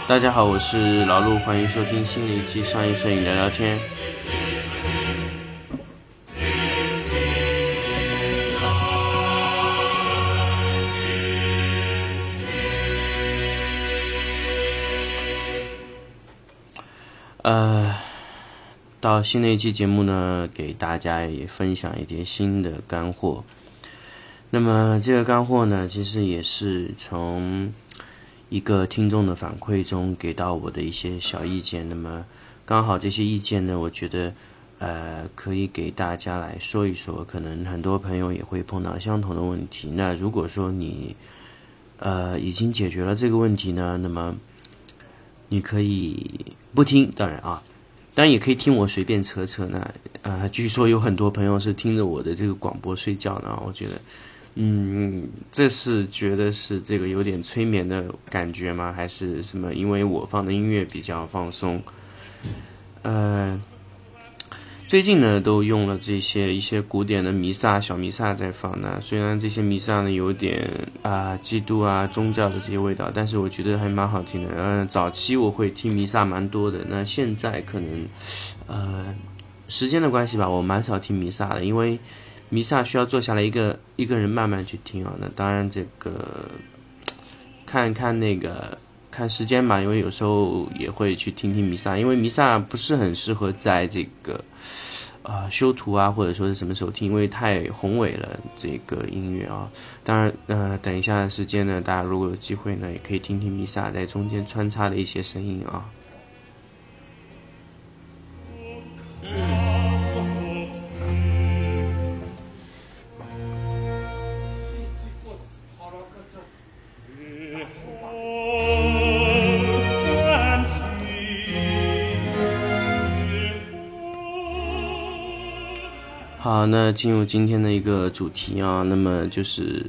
大家好，我是老陆，欢迎收听新的一期商业摄影聊聊天。到新的一期节目呢，给大家也分享一点新的干货。那么这个干货呢，其实也是从一个听众的反馈中给到我的一些小意见。那么刚好这些意见呢，我觉得可以给大家来说一说，可能很多朋友也会碰到相同的问题。那如果说你已经解决了这个问题呢，那么你可以不听，当然也可以听我随便扯扯呢。据说有很多朋友是听着我的这个广播睡觉呢，我觉得这是觉得是这个有点催眠的感觉吗？还是什么？因为我放的音乐比较放松。最近呢都用了这些一些古典的弥撒、小弥撒在放呢。虽然这些弥撒呢有点基督宗教的这些味道，但是我觉得还蛮好听的。早期我会听弥撒蛮多的，那现在可能时间的关系吧，我蛮少听弥撒的，因为弥撒需要坐下来一个人慢慢去听啊。那当然这个看时间吧，因为有时候也会去听听弥撒，因为弥撒不是很适合在这个修图或者说是什么时候听，因为太宏伟了这个音乐啊。当然等一下的时间呢，大家如果有机会呢，也可以听听弥撒在中间穿插的一些声音啊。好，那进入今天的一个主题啊，那么就是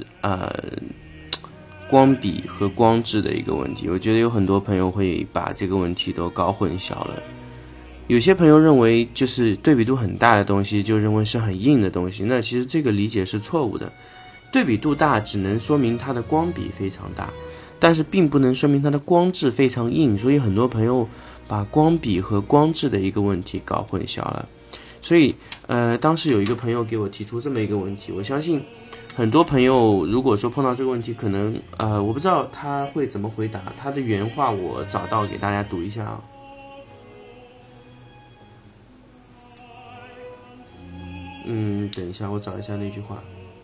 光比和光质的一个问题。我觉得有很多朋友会把这个问题都搞混淆了。有些朋友认为就是对比度很大的东西就认为是很硬的东西，那其实这个理解是错误的。对比度大只能说明它的光比非常大，但是并不能说明它的光质非常硬，所以很多朋友把光比和光质的一个问题搞混淆了。所以当时有一个朋友给我提出这么一个问题，我相信很多朋友如果说碰到这个问题，可能我不知道他会怎么回答。他的原话我找到给大家读一下啊。等一下我找一下那句话。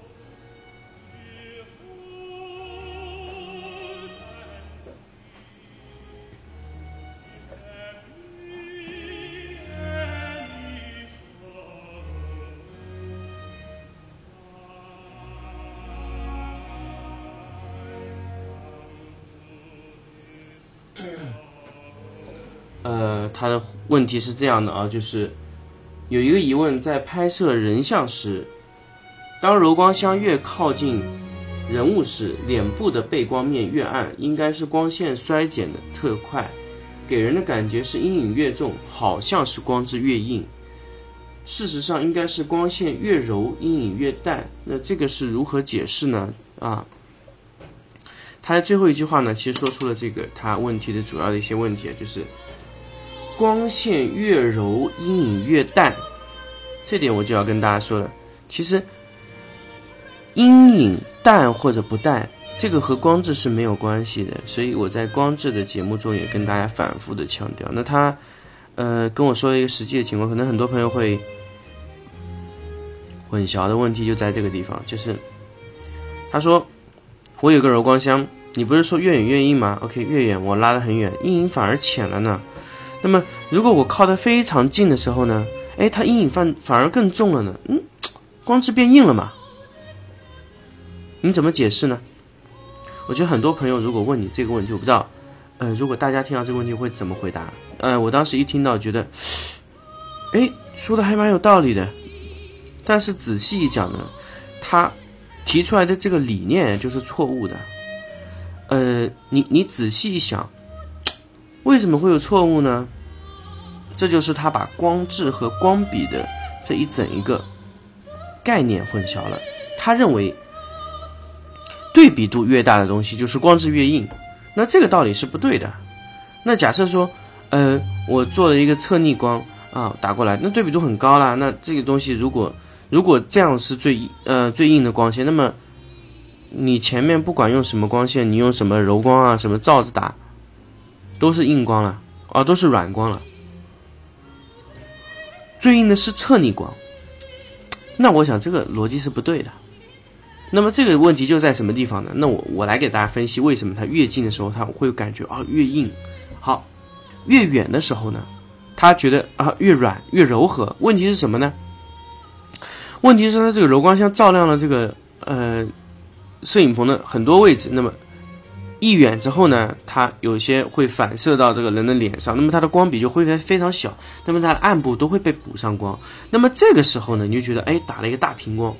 他的问题是这样的啊，就是有一个疑问，在拍摄人像时，当柔光箱越靠近人物时，脸部的背光面越暗，应该是光线衰减的特快，给人的感觉是阴影越重，好像是光质越硬。事实上应该是光线越柔，阴影越淡。那这个是如何解释呢？他的最后一句话呢，其实说出了这个他问题的主要的一些问题，就是光线越柔，阴影越淡。这点我就要跟大家说了，其实阴影淡或者不淡，这个和光质是没有关系的。所以我在光质的节目中也跟大家反复的强调。那他跟我说了一个实际的情况，可能很多朋友会混淆的问题就在这个地方，就是他说我有个柔光箱，你不是说越远越硬吗？ OK， 越远我拉得很远，阴影反而浅了呢。那么如果我靠得非常近的时候呢，它阴影反而更重了呢，光质变硬了嘛。你怎么解释呢？我觉得很多朋友如果问你这个问题，我不知道如果大家听到这个问题会怎么回答。我当时一听到觉得说的还蛮有道理的，但是仔细一讲呢，他提出来的这个理念就是错误的。你仔细一想，为什么会有错误呢？这就是他把光质和光比的这一整一个概念混淆了。他认为对比度越大的东西就是光质越硬，那这个道理是不对的。 那假设说我做了一个侧逆光啊打过来，那对比度很高啦，那这个东西如果这样是最硬的光线，那么你前面不管用什么光线，你用什么柔光啊什么罩子打都是硬光了啊，都是软光了。最硬的是侧逆光，那我想这个逻辑是不对的。那么这个问题就在什么地方呢？那我来给大家分析为什么它越近的时候它会感觉越硬，好，越远的时候呢，他觉得越软越柔和。问题是什么呢？问题是它这个柔光箱照亮了这个摄影棚的很多位置，那么一远之后呢，它有些会反射到这个人的脸上，那么它的光比就会非常小，那么它的暗部都会被补上光。那么这个时候呢，你就觉得打了一个大平光。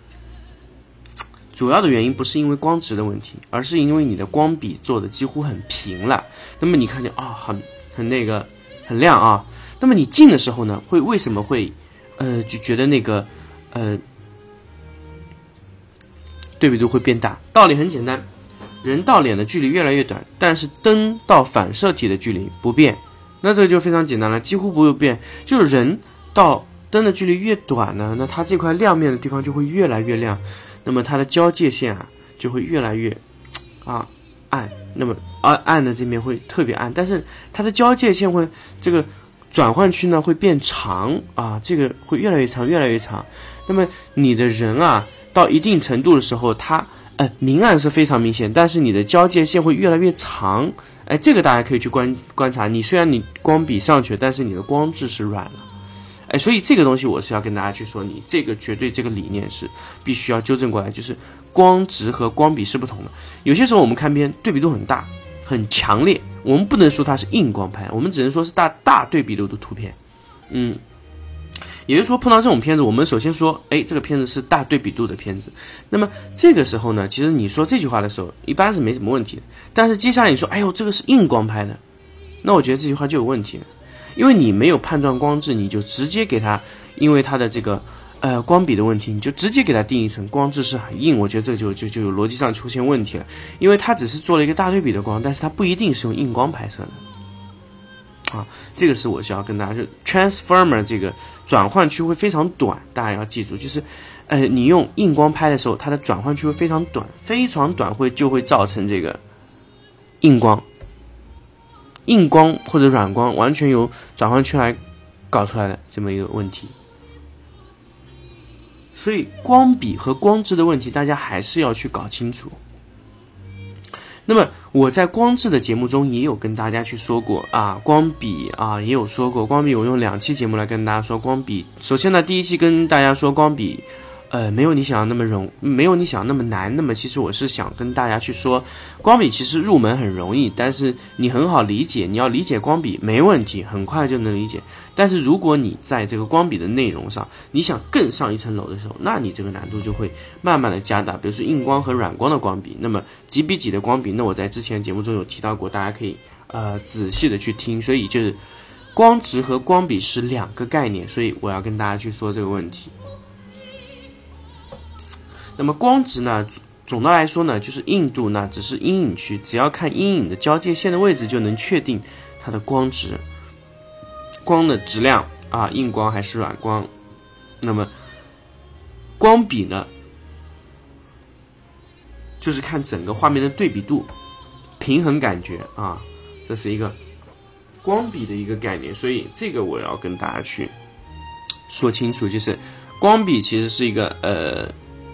主要的原因不是因为光值的问题，而是因为你的光笔做的几乎很平了。那么你看见很亮啊。那么你近的时候呢，为什么会就觉得那个对比度会变大？道理很简单，人到脸的距离越来越短，但是灯到反射体的距离不变。那这个就非常简单了，几乎不会变。就是人到灯的距离越短呢，那它这块亮面的地方就会越来越亮，那么它的交界线就会越来越暗，那么暗的这边会特别暗，但是它的交界线会这个转换区呢会变长这个会越来越长越来越长。那么你的人到一定程度的时候，它明暗是非常明显，但是你的交界线会越来越长。这个大家可以去观察，你虽然你光比上去了，但是你的光质是软了。所以这个东西我是要跟大家去说，你这个绝对这个理念是必须要纠正过来，就是光值和光比是不同的。有些时候我们看片对比度很大很强烈，我们不能说它是硬光拍，我们只能说是大对比度的图片。也就是说碰到这种片子，我们首先说这个片子是大对比度的片子。那么这个时候呢，其实你说这句话的时候一般是没什么问题的，但是接下来你说这个是硬光拍的，那我觉得这句话就有问题了。因为你没有判断光质，你就直接给它，因为它的这个光比的问题，你就直接给它定义成光质是很硬，我觉得这就有逻辑上出现问题了。因为它只是做了一个大对比的光，但是它不一定是用硬光拍摄的。这个是我需要跟大家，就 transformer 这个转换区会非常短，大家要记住，就是你用硬光拍的时候，它的转换区会非常短，非常短就会造成这个硬光或者软光完全由转换区来搞出来的这么一个问题。所以光比和光质的问题大家还是要去搞清楚。那么我在光质的节目中也有跟大家去说过光比也有说过光比，我用2期节目来跟大家说光比。首先呢，第一期跟大家说光比没有你想那么没有你想那么难。那么其实我是想跟大家去说，光比其实入门很容易，但是你很好理解，你要理解光比没问题，很快就能理解。但是如果你在这个光比的内容上，你想更上一层楼的时候，那你这个难度就会慢慢的加大。比如说硬光和软光的光比，那么几比几的光比，那我在之前节目中有提到过，大家可以仔细的去听。所以就是光值和光比是2个概念，所以我要跟大家去说这个问题。那么光值呢，总的来说呢，就是硬度呢只是阴影区，只要看阴影的交界线的位置就能确定它的光值，光的质量硬光还是软光。那么光比呢，就是看整个画面的对比度、平衡感觉这是一个光比的一个概念。所以这个我要跟大家去说清楚，就是光比其实是一个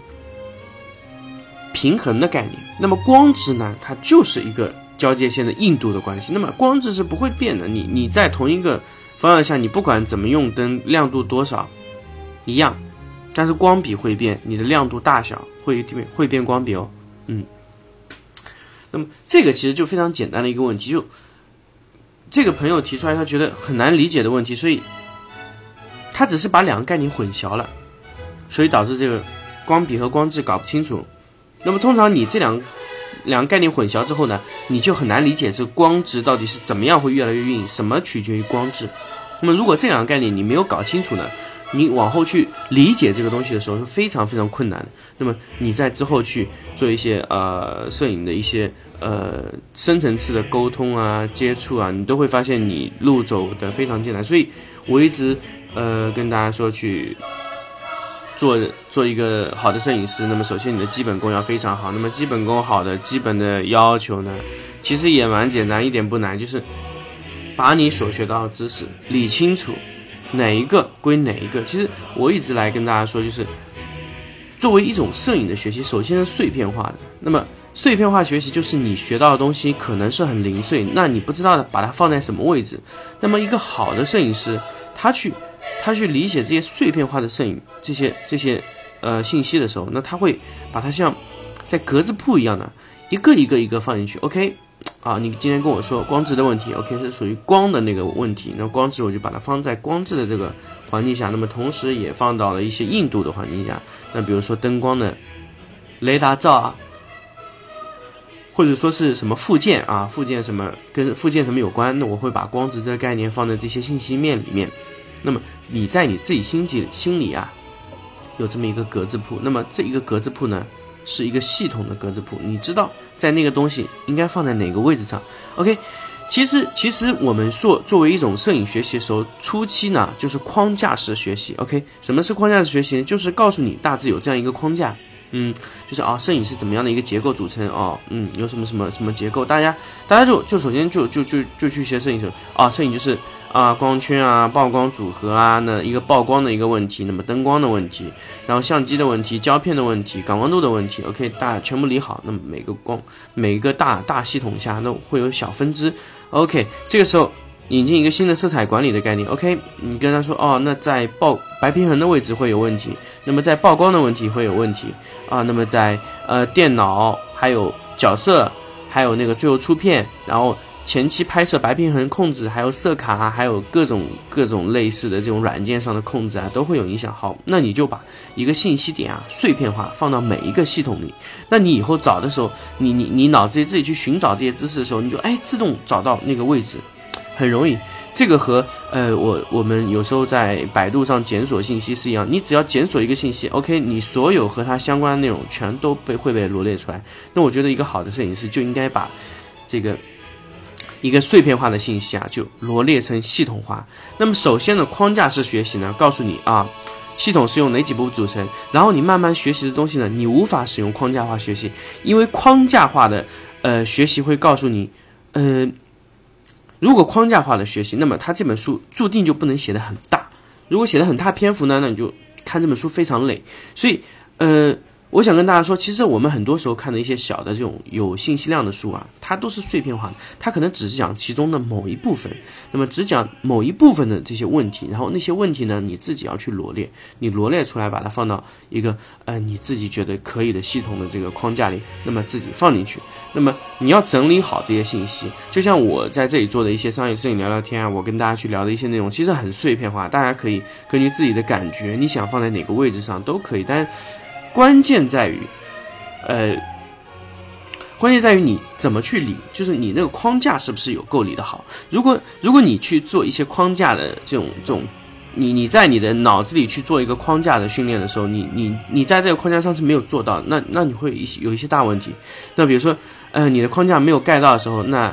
平衡的概念。那么光质呢，它就是一个交界线的硬度的关系。那么光质是不会变的，你在同一个方向下，你不管怎么用灯，亮度多少一样，但是光比会变，你的亮度大小会变光比哦。那么这个其实就非常简单的一个问题，就这个朋友提出来他觉得很难理解的问题，所以他只是把2个概念混淆了，所以导致这个光比和光质搞不清楚。那么通常你这两个概念混淆之后呢，你就很难理解这光质到底是怎么样会越来越硬，什么取决于光质。那么如果这2个概念你没有搞清楚呢， 你往后去理解这个东西的时候是非常非常困难的。那么你在之后去做一些摄影的一些深层次的沟通啊、接触啊，你都会发现你路走的非常艰难。所以我一直跟大家说，去做一个好的摄影师，那么首先你的基本功要非常好。那么基本功好的基本的要求呢，其实也蛮简单，一点不难，就是把你所学到的知识理清楚，哪一个归哪一个。其实我一直来跟大家说，就是作为一种摄影的学习，首先是碎片化的。那么碎片化学习就是你学到的东西可能是很零碎，那你不知道把它放在什么位置。那么一个好的摄影师，他去理解这些碎片化的摄影这些信息的时候，那他会把它像在格子铺一样的一个一个放进去。 OK 啊，你今天跟我说光质的问题 OK 是属于光的那个问题，那光质我就把它放在光质的这个环境下，那么同时也放到了一些硬度的环境下，那比如说灯光的雷达照啊，或者说是什么附件啊，附件什么跟附件什么有关，那我会把光质这个概念放在这些信息面里面。那么你在你自己心里啊有这么一个格子铺，那么这一个格子铺呢是一个系统的格子铺，你知道在那个东西应该放在哪个位置上。 OK， 其实我们作为一种摄影学习的时候，初期呢就是框架式学习。 OK， 什么是框架式学习呢？就是告诉你大致有这样一个框架，就是摄影是怎么样的一个结构组成有什么结构，大家就首先就去学摄影时摄影就是光圈啊、曝光组合啊，那一个曝光的一个问题，那么灯光的问题，然后相机的问题、胶片的问题、感光度的问题 OK 大家全部理好，那么每一个大系统下都会有小分支。 OK， 这个时候引进一个新的色彩管理的概念。 OK， 你跟他说那在白平衡的位置会有问题，那么在曝光的问题会有问题那么在电脑还有角色还有那个最后出片，然后前期拍摄白平衡控制，还有色卡还有各种类似的这种软件上的控制都会有影响。好，那你就把一个信息点碎片化放到每一个系统里，那你以后找的时候，你脑子里自己去寻找这些知识的时候，你就自动找到那个位置，很容易。这个和我们有时候在百度上检索信息是一样，你只要检索一个信息 OK， 你所有和它相关的内容全都会被罗列出来。那我觉得一个好的摄影师就应该把这个一个碎片化的信息就罗列成系统化。那么首先的框架式学习呢，告诉你系统是用哪几部分组成，然后你慢慢学习的东西呢，你无法使用框架化学习，因为框架化的学习会告诉你如果框架化的学习，那么它这本书注定就不能写得很大，如果写得很大篇幅呢，那你就看这本书非常累。所以我想跟大家说，其实我们很多时候看的一些小的这种有信息量的书它都是碎片化的，它可能只是讲其中的某一部分，那么只讲某一部分的这些问题，然后那些问题呢你自己要去罗列，你罗列出来把它放到一个你自己觉得可以的系统的这个框架里，那么自己放进去。那么你要整理好这些信息，就像我在这里做的一些商业摄影聊聊天我跟大家去聊的一些内容，其实很碎片化，大家可以根据自己的感觉，你想放在哪个位置上都可以，但是关键在于你怎么去理，就是你那个框架是不是有够理的好。如果你去做一些框架的这种你在你的脑子里去做一个框架的训练的时候，你在这个框架上是没有做到，那你会有一些大问题。那比如说你的框架没有盖到的时候，那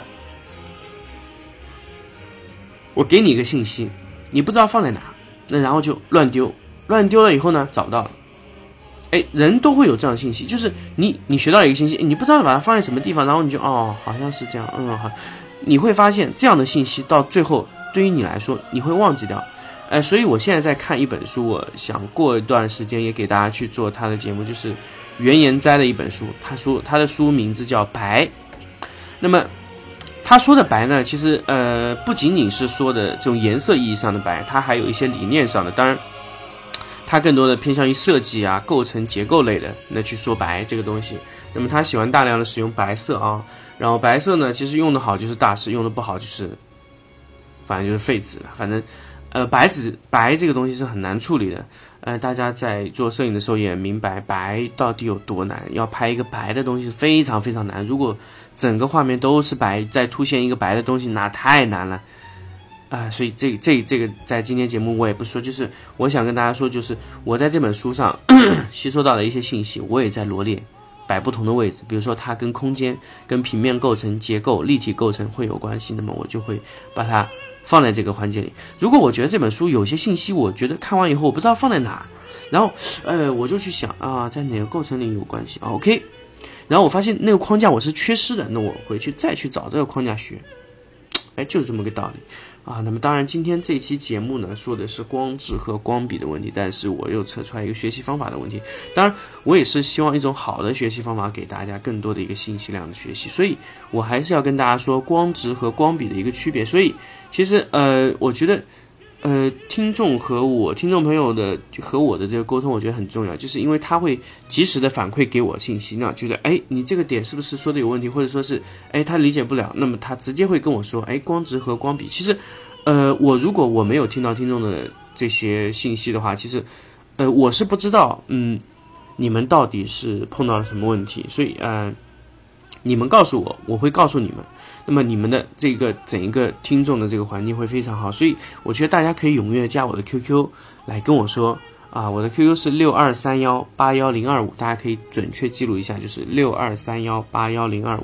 我给你一个信息，你不知道放在哪，那然后就乱丢了以后呢找不到了。人都会有这样的信息，就是你学到一个信息，你不知道把它放在什么地方，然后你就好像是这样，好，你会发现这样的信息到最后对于你来说你会忘记掉。所以我现在在看一本书，我想过一段时间也给大家去做他的节目，就是原研哉的一本书，他的书名字叫白。那么他说的白呢，其实不仅仅是说的这种颜色意义上的白，它还有一些理念上的，当然它更多的偏向于设计构成结构类的那去说白这个东西。那么他喜欢大量的使用白色然后白色呢其实用的好就是大师，用的不好就是反正就是废纸了。反正白这个东西是很难处理的。大家在做摄影的时候也明白白到底有多难，要拍一个白的东西非常非常难，如果整个画面都是白再凸显一个白的东西那太难了。 所以这个在今天节目我也不说，就是我想跟大家说，就是我在这本书上吸收到的一些信息，我也在罗列摆不同的位置，比如说它跟空间、跟平面构成、结构、立体构成会有关系，那么我就会把它放在这个环节里。如果我觉得这本书有些信息，我觉得看完以后我不知道放在哪，然后我就去想在哪个构成里有关系，OK， 然后我发现那个框架我是缺失的，那我回去再去找这个框架学，就是这么个道理。那么当然今天这期节目呢说的是光质和光比的问题，但是我又扯出来一个学习方法的问题。当然我也是希望一种好的学习方法给大家更多的一个信息量的学习，所以我还是要跟大家说光质和光比的一个区别。所以其实我觉得听众朋友的和我的这个沟通我觉得很重要，就是因为他会及时的反馈给我信息，那觉得你这个点是不是说的有问题，或者说是他理解不了，那么他直接会跟我说光质和光比。其实如果我没有听到听众的这些信息的话，其实我是不知道你们到底是碰到了什么问题，所以你们告诉我，我会告诉你们，那么你们的这个整一个听众的这个环境会非常好。所以我觉得大家可以踊跃加我的 QQ 来跟我说我的 QQ 是6231811025，大家可以准确记录一下，就是6231811025。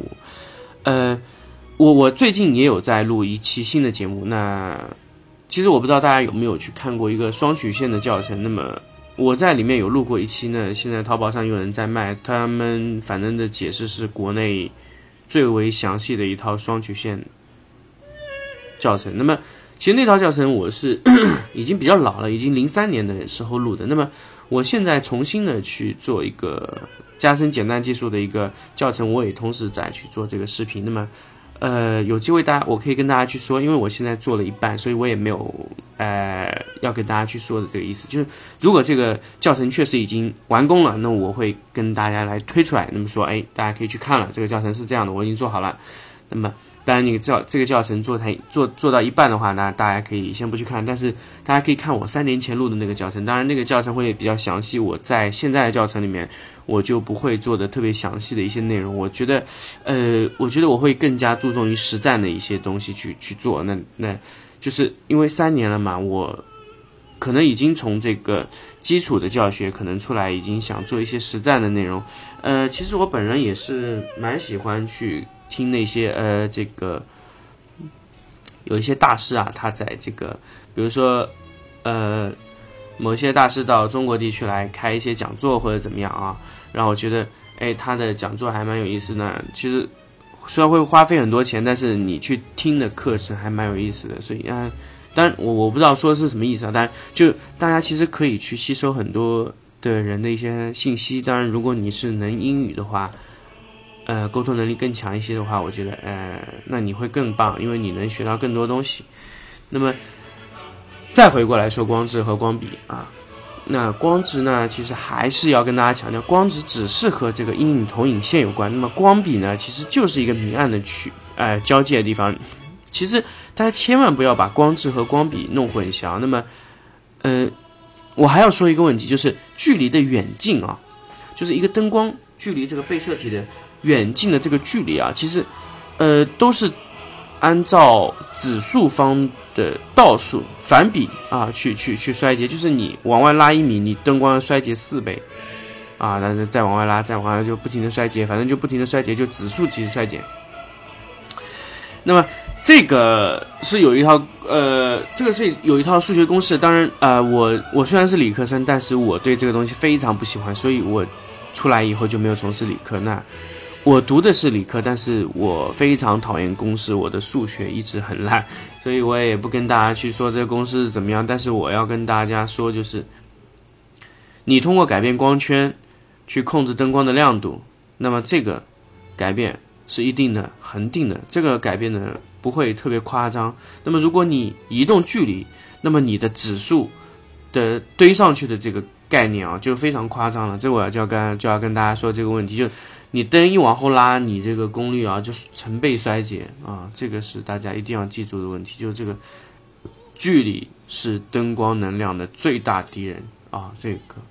我最近也有在录一期新的节目，那其实我不知道大家有没有去看过一个双曲线的教程，那么我在里面有录过一期呢，现在淘宝上有人在卖，他们反正的解释是国内最为详细的一套双曲线教程。那么其实那套教程我是已经比较老了，已经03年的时候录的，那么我现在重新的去做一个加深简单技术的一个教程，我也同时在去做这个视频。那么有机会我可以跟大家去说，因为我现在做了一半，所以我也没有要跟大家去说的这个意思，就是如果这个教程确实已经完工了，那我会跟大家来推出来，那么说大家可以去看了，这个教程是这样的，我已经做好了。那么当然你这个教程做到一半的话，那大家可以先不去看，但是大家可以看我3年前录的那个教程，当然那个教程会比较详细，我在现在的教程里面我就不会做的特别详细的一些内容，我觉得我会更加注重于实战的一些东西去做，那就是因为3年了嘛，我可能已经从这个基础的教学可能出来，已经想做一些实战的内容。其实我本人也是蛮喜欢去听那些这个有一些大师他在这个比如说某些大师到中国地区来开一些讲座或者怎么样让我觉得他的讲座还蛮有意思的。其实虽然会花费很多钱，但是你去听的课程还蛮有意思的。所以当然我不知道说的是什么意思当然就大家其实可以去吸收很多的人的一些信息。当然如果你是能英语的话，沟通能力更强一些的话，我觉得那你会更棒，因为你能学到更多东西。那么再回过来说光质和光比那光质呢其实还是要跟大家强调，光质只是和这个阴影投影线有关，那么光比呢其实就是一个明暗的交界的地方。其实大家千万不要把光质和光比弄混淆。那么我还要说一个问题，就是距离的远近就是一个灯光距离这个被摄体的远近的这个距离其实都是按照指数方的倒数反比去衰竭，就是你往外拉1米，你灯光要衰竭4倍但是再往外拉就不停的衰竭，反正就不停的衰竭，就指数级衰减。那么这个是有一套数学公式。当然我虽然是理科生，但是我对这个东西非常不喜欢，所以我出来以后就没有从事理科。那我读的是理科，但是我非常讨厌公式，我的数学一直很烂，所以我也不跟大家去说这个公式是怎么样。但是我要跟大家说，就是你通过改变光圈去控制灯光的亮度，那么这个改变是一定的恒定的，这个改变呢不会特别夸张。那么如果你移动距离，那么你的指数的堆上去的这个概念就非常夸张了。这我就要跟大家说这个问题，就你灯一往后拉，你这个功率就是成倍衰减这个是大家一定要记住的问题。就这个距离是灯光能量的最大敌人这个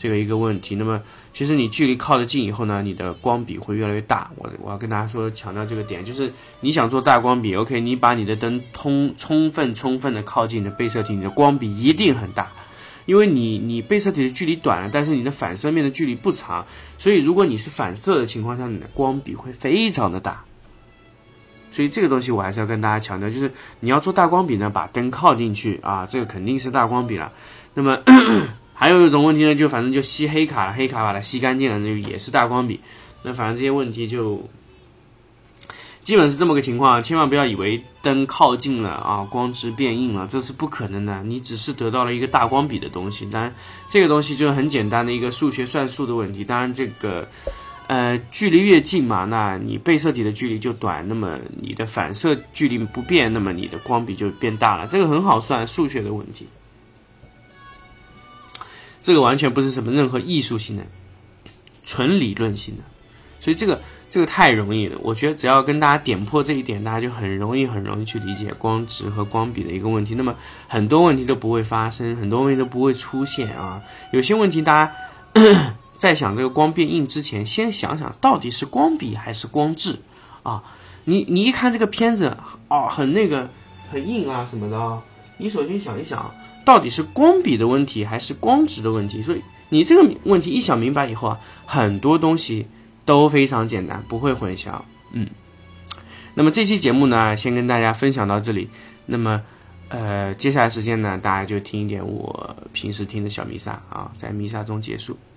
这个一个问题。那么其实你距离靠得近以后呢，你的光比会越来越大。我要跟大家说强调这个点，就是你想做大光比 ，OK， 你把你的灯充分的靠近你的被摄体，你的光比一定很大。因为你被摄体的距离短了，但是你的反射面的距离不长，所以如果你是反射的情况下，你的光比会非常的大。所以这个东西我还是要跟大家强调，就是你要做大光比呢，把灯靠进去啊，这个肯定是大光比了。那么还有一种问题呢，就反正就吸黑卡了，黑卡把它吸干净了，那也是大光比。那反正这些问题就基本是这么个情况，千万不要以为灯靠近了啊，光质变硬了，这是不可能的。你只是得到了一个大光比的东西，当然这个东西就是很简单的一个数学算术的问题。当然这个距离越近嘛，那你被摄体的距离就短，那么你的反射距离不变，那么你的光比就变大了。这个很好算，数学的问题。这个完全不是什么任何艺术性的，纯理论性的。所以这个太容易了，我觉得只要跟大家点破这一点，大家就很容易去理解光质和光比的一个问题。那么很多问题都不会发生，很多问题都不会出现啊。有些问题大家在想这个光变硬之前，先想想到底是光比还是光质啊？你一看这个片子啊，很硬啊什么的啊，你首先想一想，到底是光比的问题还是光质的问题？所以你这个问题一想明白以后啊，很多东西都非常简单，不会混淆。那么这期节目呢，先跟大家分享到这里。那么接下来时间呢，大家就听一点我平时听的小弥撒啊，在弥撒中结束。